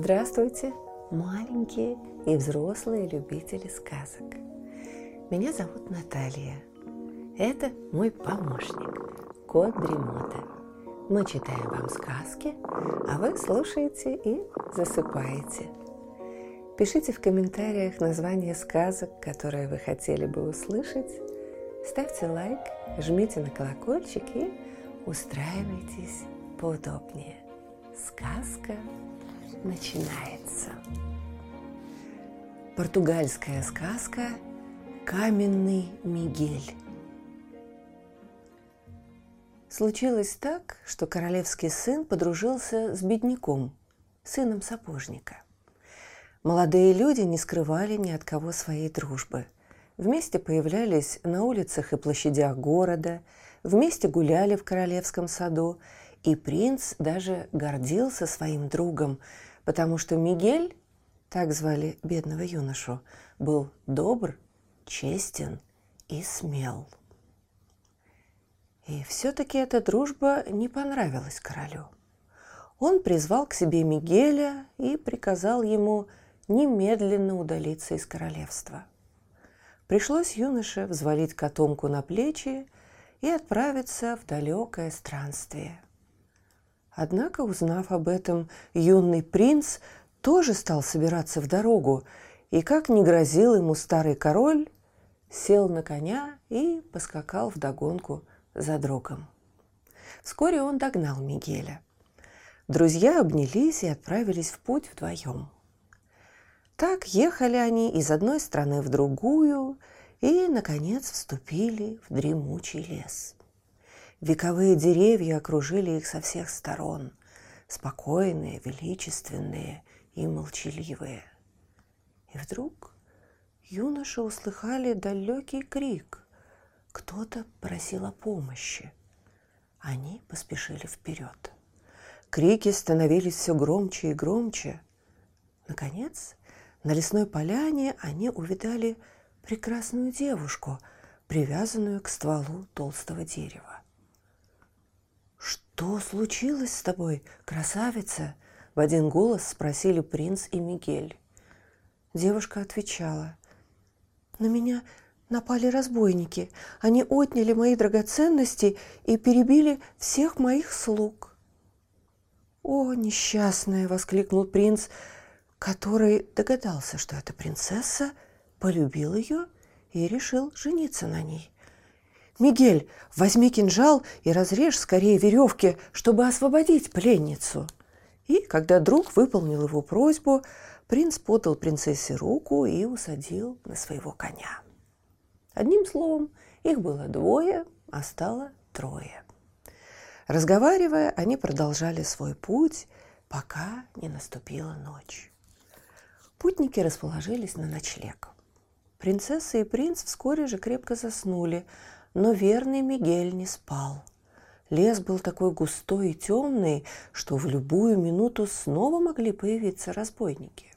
Здравствуйте, маленькие и взрослые любители сказок. Меня зовут Наталья. Это мой помощник, кот Дремота. Мы читаем вам сказки, а вы слушаете и засыпаете. Пишите в комментариях названия сказок, которые вы хотели бы услышать. Ставьте лайк, жмите на колокольчик и устраивайтесь поудобнее. Сказка начинается. Португальская сказка «Каменный Мигель». Случилось так, что королевский сын подружился с бедняком, сыном сапожника. Молодые люди не скрывали ни от кого своей дружбы. Вместе появлялись на улицах и площадях города, вместе гуляли в королевском саду, и принц даже гордился своим другом, потому что Мигель, так звали бедного юношу, был добр, честен и смел. И все-таки эта дружба не понравилась королю. Он призвал к себе Мигеля и приказал ему немедленно удалиться из королевства. Пришлось юноше взвалить котомку на плечи и отправиться в далекое странствие. Однако, узнав об этом, юный принц тоже стал собираться в дорогу, и, как ни грозил ему старый король, сел на коня и поскакал вдогонку за другом. Вскоре он догнал Мигеля. Друзья обнялись и отправились в путь вдвоем. Так ехали они из одной страны в другую и, наконец, вступили в дремучий лес. Вековые деревья окружили их со всех сторон, спокойные, величественные и молчаливые. И вдруг юноши услыхали далекий крик. Кто-то просил о помощи. Они поспешили вперед. Крики становились все громче и громче. Наконец, на лесной поляне они увидали прекрасную девушку, привязанную к стволу толстого дерева. «Что случилось с тобой, красавица?» – в один голос спросили принц и Мигель. Девушка отвечала: «На меня напали разбойники. Они отняли мои драгоценности и перебили всех моих слуг». «О, несчастная!» – воскликнул принц, который догадался, что эта принцесса, полюбил ее и решил жениться на ней. «Мигель, возьми кинжал и разрежь скорее веревки, чтобы освободить пленницу». И, когда друг выполнил его просьбу, принц подал принцессе руку и усадил на своего коня. Одним словом, их было двое, а стало трое. Разговаривая, они продолжали свой путь, пока не наступила ночь. Путники расположились на ночлег. Принцесса и принц вскоре же крепко заснули, но верный Мигель не спал. Лес был такой густой и темный, что в любую минуту снова могли появиться разбойники.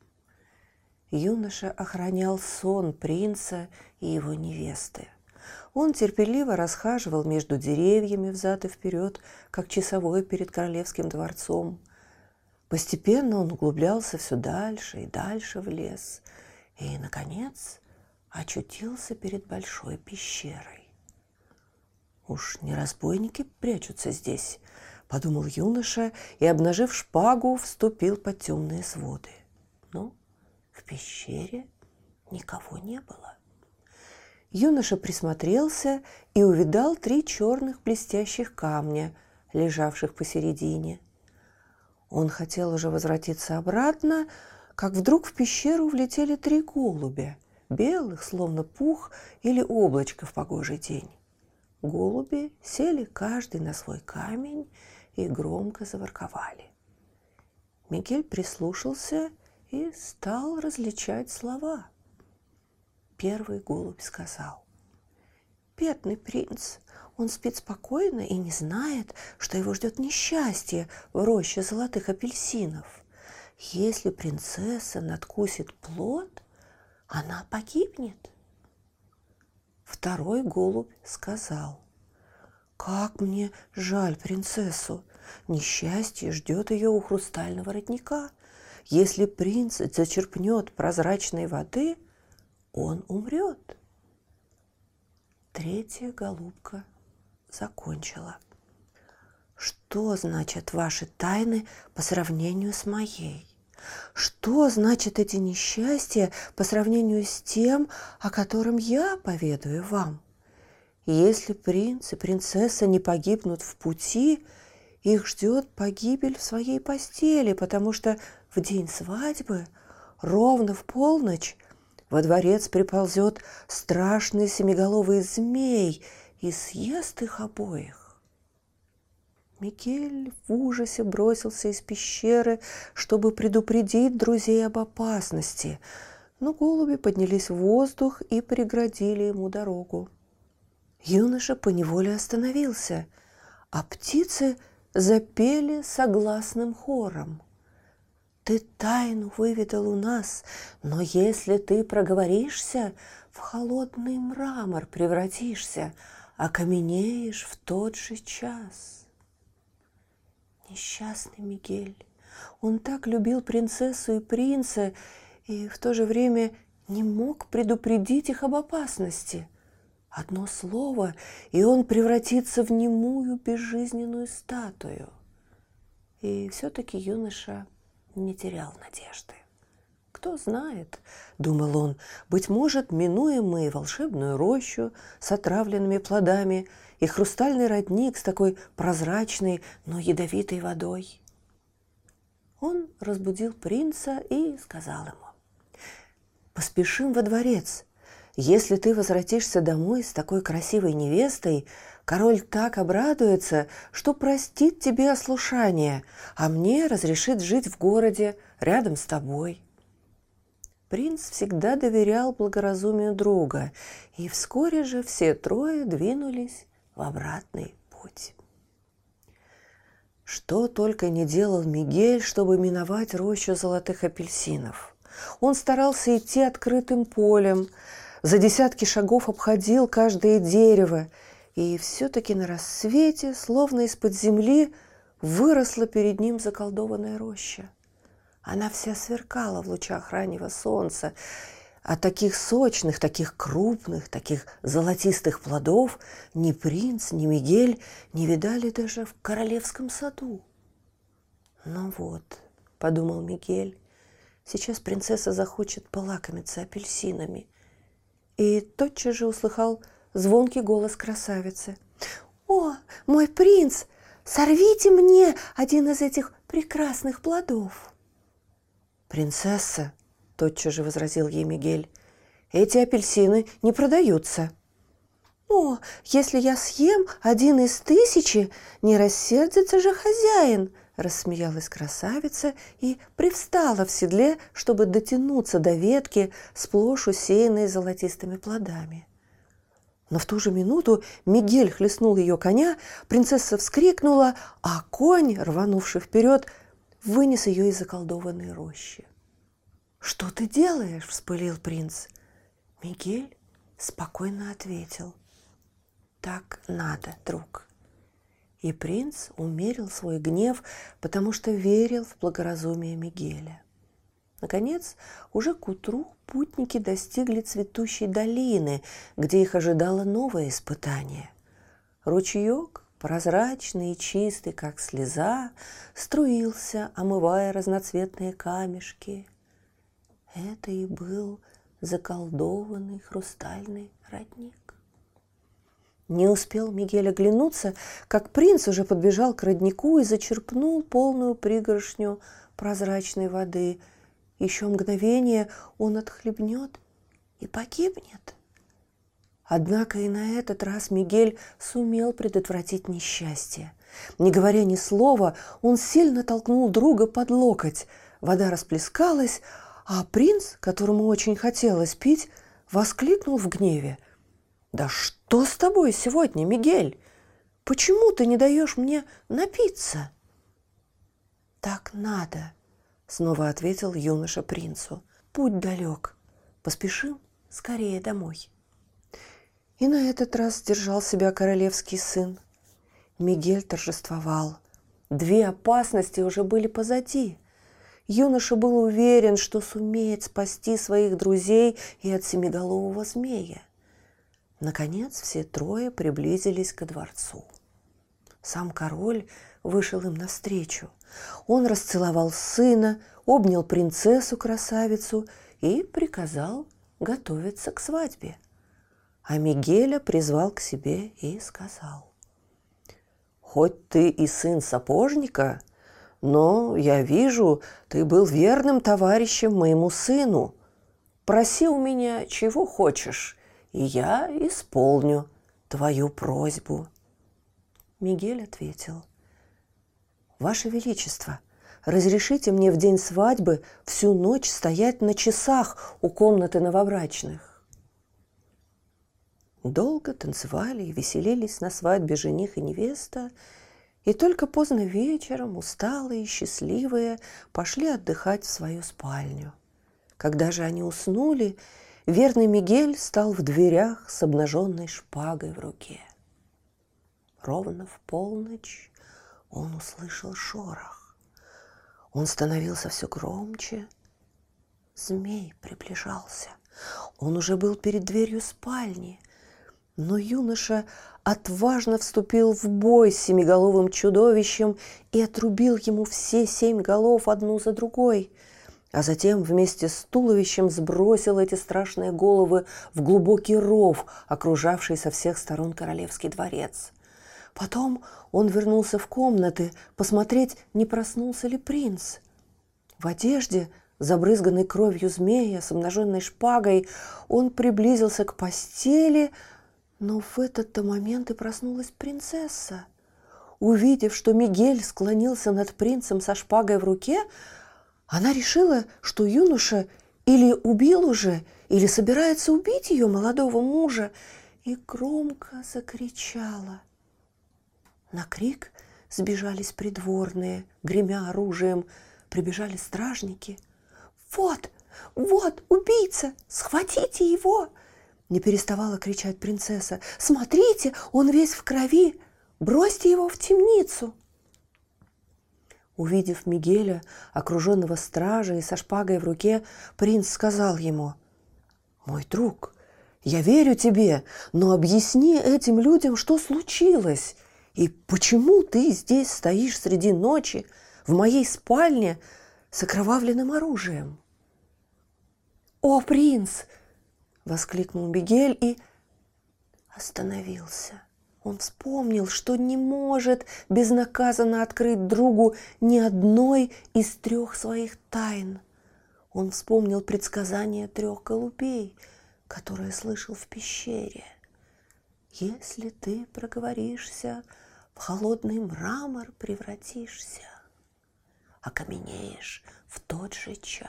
Юноша охранял сон принца и его невесты. Он терпеливо расхаживал между деревьями взад и вперед, как часовой перед королевским дворцом. Постепенно он углублялся все дальше и дальше в лес и, наконец, очутился перед большой пещерой. «Уж не разбойники прячутся здесь», – подумал юноша и, обнажив шпагу, вступил под темные своды. Но в пещере никого не было. Юноша присмотрелся и увидал 3 черных блестящих камня, лежавших посередине. Он хотел уже возвратиться обратно, как вдруг в пещеру влетели 3 голубя, белых, словно пух или облачко в погожий день. Голуби сели каждый на свой камень и громко заворковали. Мигель прислушался и стал различать слова. Первый голубь сказал: «Бедный принц, он спит спокойно и не знает, что его ждет несчастье в роще золотых апельсинов. Если принцесса надкусит плод, она погибнет». Второй голубь сказал: «Как мне жаль принцессу! Несчастье ждет ее у хрустального родника. если принц зачерпнет прозрачной воды, он умрет. Третья голубка закончила. Что значат ваши тайны по сравнению с моей? Что значат эти несчастья по сравнению с тем, о котором я поведаю вам? Если принц и принцесса не погибнут в пути, их ждет погибель в своей постели, потому что в день свадьбы, ровно в полночь, во дворец приползет страшный семиголовый змей и съест их обоих. Мигель в ужасе бросился из пещеры, чтобы предупредить друзей об опасности, но голуби поднялись в воздух и преградили ему дорогу. Юноша поневоле остановился, а птицы запели согласным хором. «Ты тайну выведал у нас, но если ты проговоришься, в холодный мрамор превратишься, окаменеешь в тот же час». Несчастный Мигель. Он так любил принцессу и принца, и в то же время не мог предупредить их об опасности. Одно слово, и он превратится в немую безжизненную статую. И все-таки юноша не терял надежды. Кто знает, думал он, быть может, минуем мы волшебную рощу с отравленными плодами и хрустальный родник с такой прозрачной, но ядовитой водой. Он разбудил принца и сказал ему: «Поспешим во дворец. Если ты возвратишься домой с такой красивой невестой, король так обрадуется, что простит тебе ослушание, а мне разрешит жить в городе рядом с тобой». Принц всегда доверял благоразумию друга, и вскоре же все трое двинулись в обратный путь. Что только не делал Мигель, чтобы миновать рощу золотых апельсинов. Он старался идти открытым полем, за десятки шагов обходил каждое дерево, и все-таки на рассвете, словно из-под земли, выросла перед ним заколдованная роща. Она вся сверкала в лучах раннего солнца, а таких сочных, таких крупных, таких золотистых плодов ни принц, ни Мигель не видали даже в королевском саду. «Ну вот», — подумал Мигель, — «сейчас принцесса захочет полакомиться апельсинами». И тотчас же услыхал звонкий голос красавицы. «О, мой принц, сорвите мне один из этих прекрасных плодов!» «Принцесса», — тотчас же возразил ей Мигель, — «эти апельсины не продаются». «О, если я съем один из 1000, не рассердится же хозяин», — рассмеялась красавица и привстала в седле, чтобы дотянуться до ветки, сплошь усеянной золотистыми плодами. Но в ту же минуту Мигель хлестнул ее коня, принцесса вскрикнула, а конь, рванувший вперед, вынес ее из заколдованной рощи. «Что ты делаешь?» – вспылил принц. Мигель спокойно ответил: «Так надо, друг». И принц умерил свой гнев, потому что верил в благоразумие Мигеля. Наконец, уже к утру путники достигли цветущей долины, где их ожидало новое испытание. Ручеек, прозрачный и чистый, как слеза, струился, омывая разноцветные камешки. Это и был заколдованный хрустальный родник. Не успел Мигель оглянуться, как принц уже подбежал к роднику и зачерпнул полную пригоршню прозрачной воды. Еще мгновение он отхлебнет и погибнет. Однако и на этот раз Мигель сумел предотвратить несчастье. Не говоря ни слова, он сильно толкнул друга под локоть. Вода расплескалась, а принц, которому очень хотелось пить, воскликнул в гневе: «Да что с тобой сегодня, Мигель? Почему ты не даешь мне напиться?» «Так надо», — снова ответил юноша принцу. «Путь далек. Поспешим скорее домой». И на этот раз сдержал себя королевский сын. Мигель торжествовал. 2 опасности уже были позади. Юноша был уверен, что сумеет спасти своих друзей и от семиголового змея. Наконец все трое приблизились ко дворцу. Сам король вышел им навстречу. Он расцеловал сына, обнял принцессу-красавицу и приказал готовиться к свадьбе. А Мигеля призвал к себе и сказал: «Хоть ты и сын сапожника, но я вижу, ты был верным товарищем моему сыну. Проси у меня чего хочешь, и я исполню твою просьбу». Мигель ответил: «Ваше Величество, разрешите мне в день свадьбы всю ночь стоять на часах у комнаты новобрачных». Долго танцевали и веселились на свадьбе жених и невеста, и только поздно вечером, усталые и счастливые, пошли отдыхать в свою спальню. Когда же они уснули, верный Мигель стал в дверях с обнаженной шпагой в руке. Ровно в полночь он услышал шорох. Он становился все громче. Змей приближался. Он уже был перед дверью спальни. Но юноша отважно вступил в бой с семиголовым чудовищем и отрубил ему все 7 голов одну за другой, а затем вместе с туловищем сбросил эти страшные головы в глубокий ров, окружавший со всех сторон королевский дворец. Потом он вернулся в комнаты посмотреть, не проснулся ли принц. В одежде, забрызганной кровью змея, с обнаженной шпагой, он приблизился к постели, но в этот-то момент и проснулась принцесса. Увидев, что Мигель склонился над принцем со шпагой в руке, она решила, что юноша или убил уже, или собирается убить ее молодого мужа, и громко закричала. На крик сбежались придворные, гремя оружием, прибежали стражники. «Вот, вот, убийца! Схватите его!» Не переставала кричать принцесса. «Смотрите, он весь в крови! Бросьте его в темницу!» Увидев Мигеля, окруженного стражей и со шпагой в руке, принц сказал ему: «Мой друг, я верю тебе, но объясни этим людям, что случилось, и почему ты здесь стоишь среди ночи в моей спальне с окровавленным оружием?» «О, принц!» — воскликнул Мигель и остановился. Он вспомнил, что не может безнаказанно открыть другу ни одной из 3 своих тайн. Он вспомнил предсказание 3 голубей, которые слышал в пещере. «Если ты проговоришься, в холодный мрамор превратишься, окаменеешь в тот же час».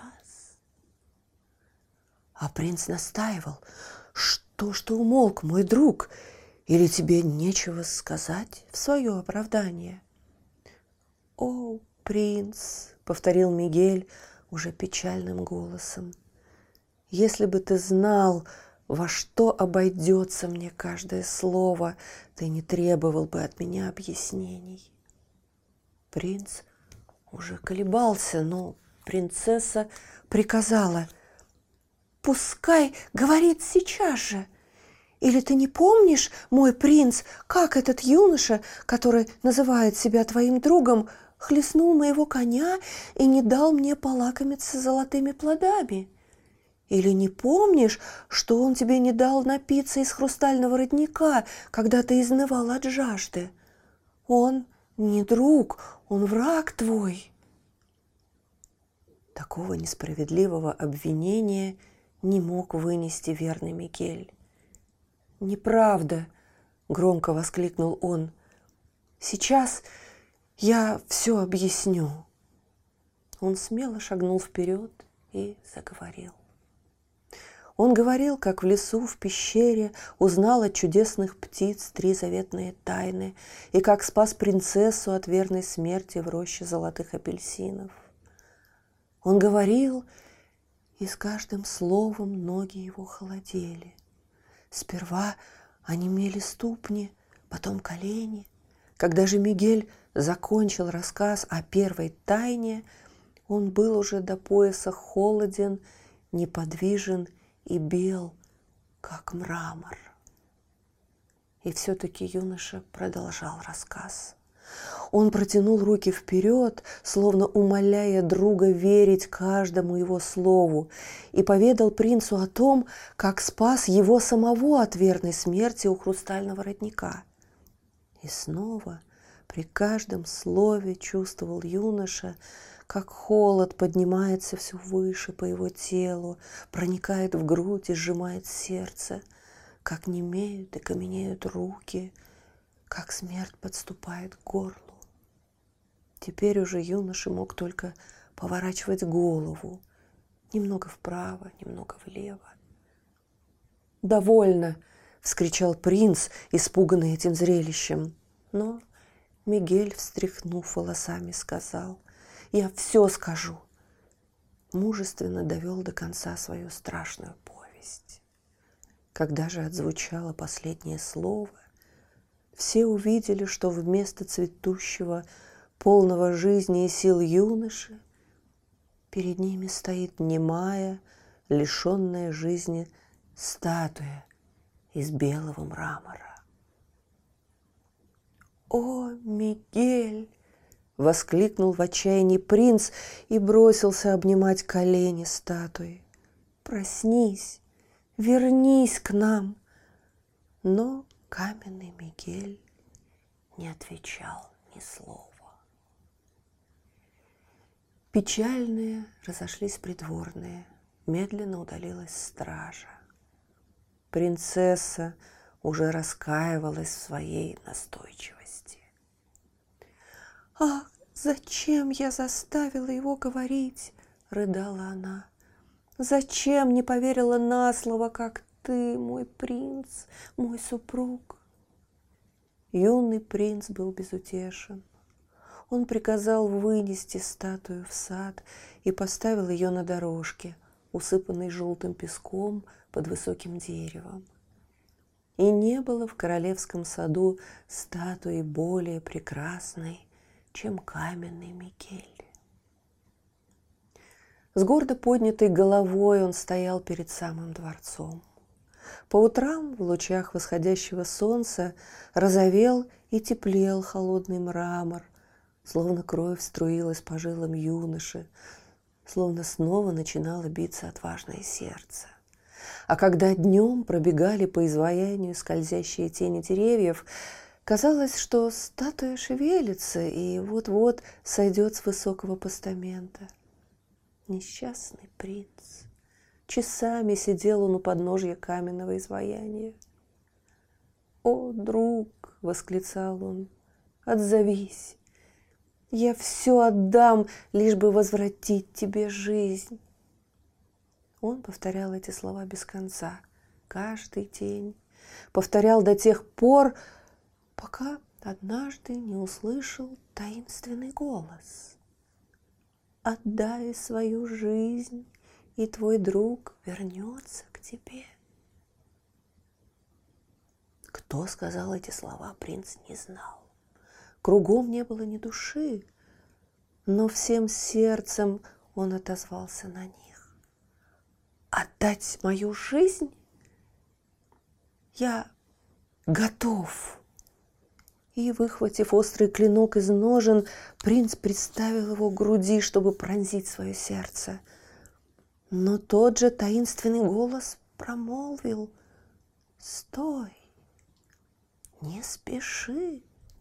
А принц настаивал: «Что ж ты умолк, мой друг? Или тебе нечего сказать в свое оправдание?» «О, принц!» — повторил Мигель уже печальным голосом. «Если бы ты знал, во что обойдется мне каждое слово, ты не требовал бы от меня объяснений». Принц уже колебался, но принцесса приказала: «Пускай говорит сейчас же. Или ты не помнишь, мой принц, как этот юноша, который называет себя твоим другом, хлестнул моего коня и не дал мне полакомиться золотыми плодами? Или не помнишь, что он тебе не дал напиться из хрустального родника, когда ты изнывал от жажды? Он не друг, он враг твой». Такого несправедливого обвинения не мог вынести верный Мигель. «Неправда!» — громко воскликнул он. «Сейчас я все объясню». Он смело шагнул вперед и заговорил. Он говорил, как в лесу, в пещере узнал от чудесных птиц 3 заветные тайны, и как спас принцессу от верной смерти в роще золотых апельсинов. Он говорил, и с каждым словом ноги его холодели. Сперва онемели ступни, потом колени. Когда же Мигель закончил рассказ о первой тайне, Он был уже до пояса холоден, неподвижен и бел, как мрамор. И все-таки юноша продолжал рассказ. Он протянул руки вперед, словно умоляя друга верить каждому его слову, и поведал принцу о том, как спас его самого от верной смерти у хрустального родника. И снова при каждом слове чувствовал юноша, как холод поднимается все выше по его телу, проникает в грудь и сжимает сердце, как немеют и каменеют руки, как смерть подступает к горлу. Теперь уже юноша мог только поворачивать голову, немного вправо, немного влево. «Довольно!» — вскричал принц, испуганный этим зрелищем. Но Мигель, встряхнув волосами, сказал: «Я все скажу!» Мужественно довел до конца свою страшную повесть. Когда же отзвучало последнее слово, все увидели, что вместо цветущего, полного жизни и сил юноши перед ними стоит немая, лишенная жизни статуя из белого мрамора. «О, Мигель!» — воскликнул в отчаянии принц и бросился обнимать колени статуи. «Проснись, вернись к нам!» Но каменный Мигель не отвечал ни слова. Печальные разошлись придворные, медленно удалилась стража. Принцесса уже раскаивалась в своей настойчивости. «Ах, зачем я заставила его говорить?» — рыдала она. «Зачем не поверила на слово, как ты, мой принц, мой супруг?» Юный принц был безутешен. Он приказал вынести статую в сад и поставил ее на дорожке, усыпанной желтым песком под высоким деревом. И не было в королевском саду статуи более прекрасной, чем каменный Мигель. С гордо поднятой головой он стоял перед самым дворцом. По утрам в лучах восходящего солнца розовел и теплел холодный мрамор, словно кровь струилась по жилам юноши, словно снова начинало биться отважное сердце. А когда днем пробегали по изваянию скользящие тени деревьев, казалось, что статуя шевелится и вот-вот сойдет с высокого постамента. Несчастный принц. Часами сидел он у подножья каменного изваяния. «О, друг!» — восклицал он. «Отзовись! Я все отдам, лишь бы возвратить тебе жизнь!» Он повторял эти слова без конца, каждый день. Повторял до тех пор, пока однажды не услышал таинственный голос. «Отдай свою жизнь, и твой друг вернется к тебе». Кто сказал эти слова, принц не знал. Кругом не было ни души, но всем сердцем он отозвался на них. «Отдать мою жизнь? Я готов!» И, выхватив острый клинок из ножен, принц приставил его к груди, чтобы пронзить свое сердце. Но тот же таинственный голос промолвил: «Стой, не спеши!»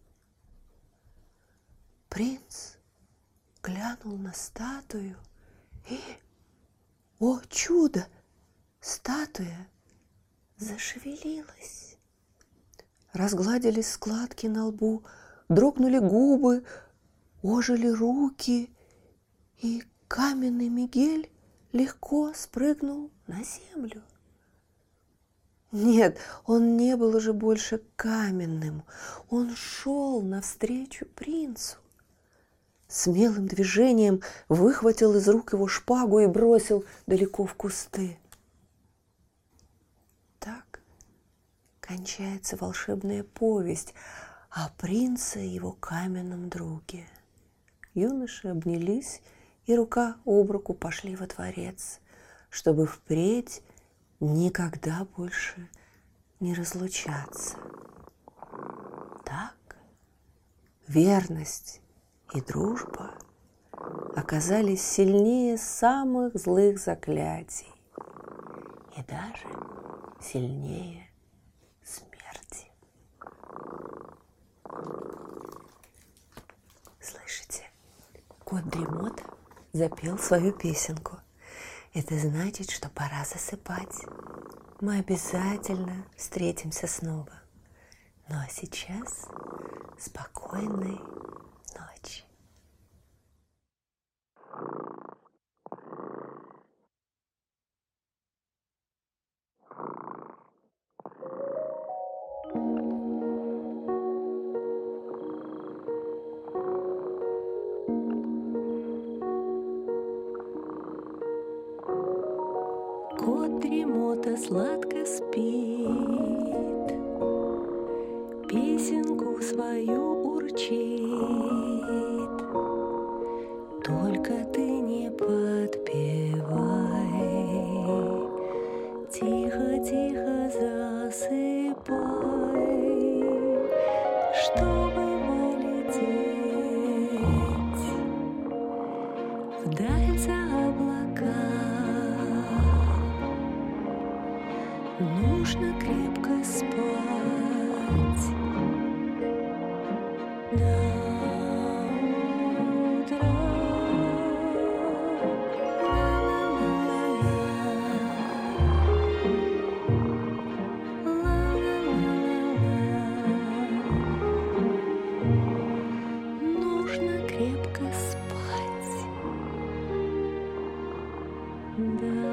Принц глянул на статую и, о чудо, статуя зашевелилась. Разгладились складки на лбу, дрогнули губы, ожили руки, и каменный Мигель легко спрыгнул на землю. Нет, он не был уже больше каменным, он шел навстречу принцу. Смелым движением выхватил из рук его шпагу и бросил далеко в кусты. Так кончается волшебная повесть о принце и его каменном друге. Юноши обнялись и рука об руку пошли во дворец, чтобы впредь никогда больше не разлучаться. Так верность и дружба оказались сильнее самых злых заклятий и даже сильнее смерти. Слышите, кот Дремота запел свою песенку. Это значит, что пора засыпать. Мы обязательно встретимся снова. Ну а сейчас спокойной ночи. Кот Дремота сладко спит, песенку свою урчит. Только ты не подпевай, тихо-тихо засыпай, чтобы полететь вдаль за облака. Нужно крепко спать до утра. Нужно крепко спать. Да.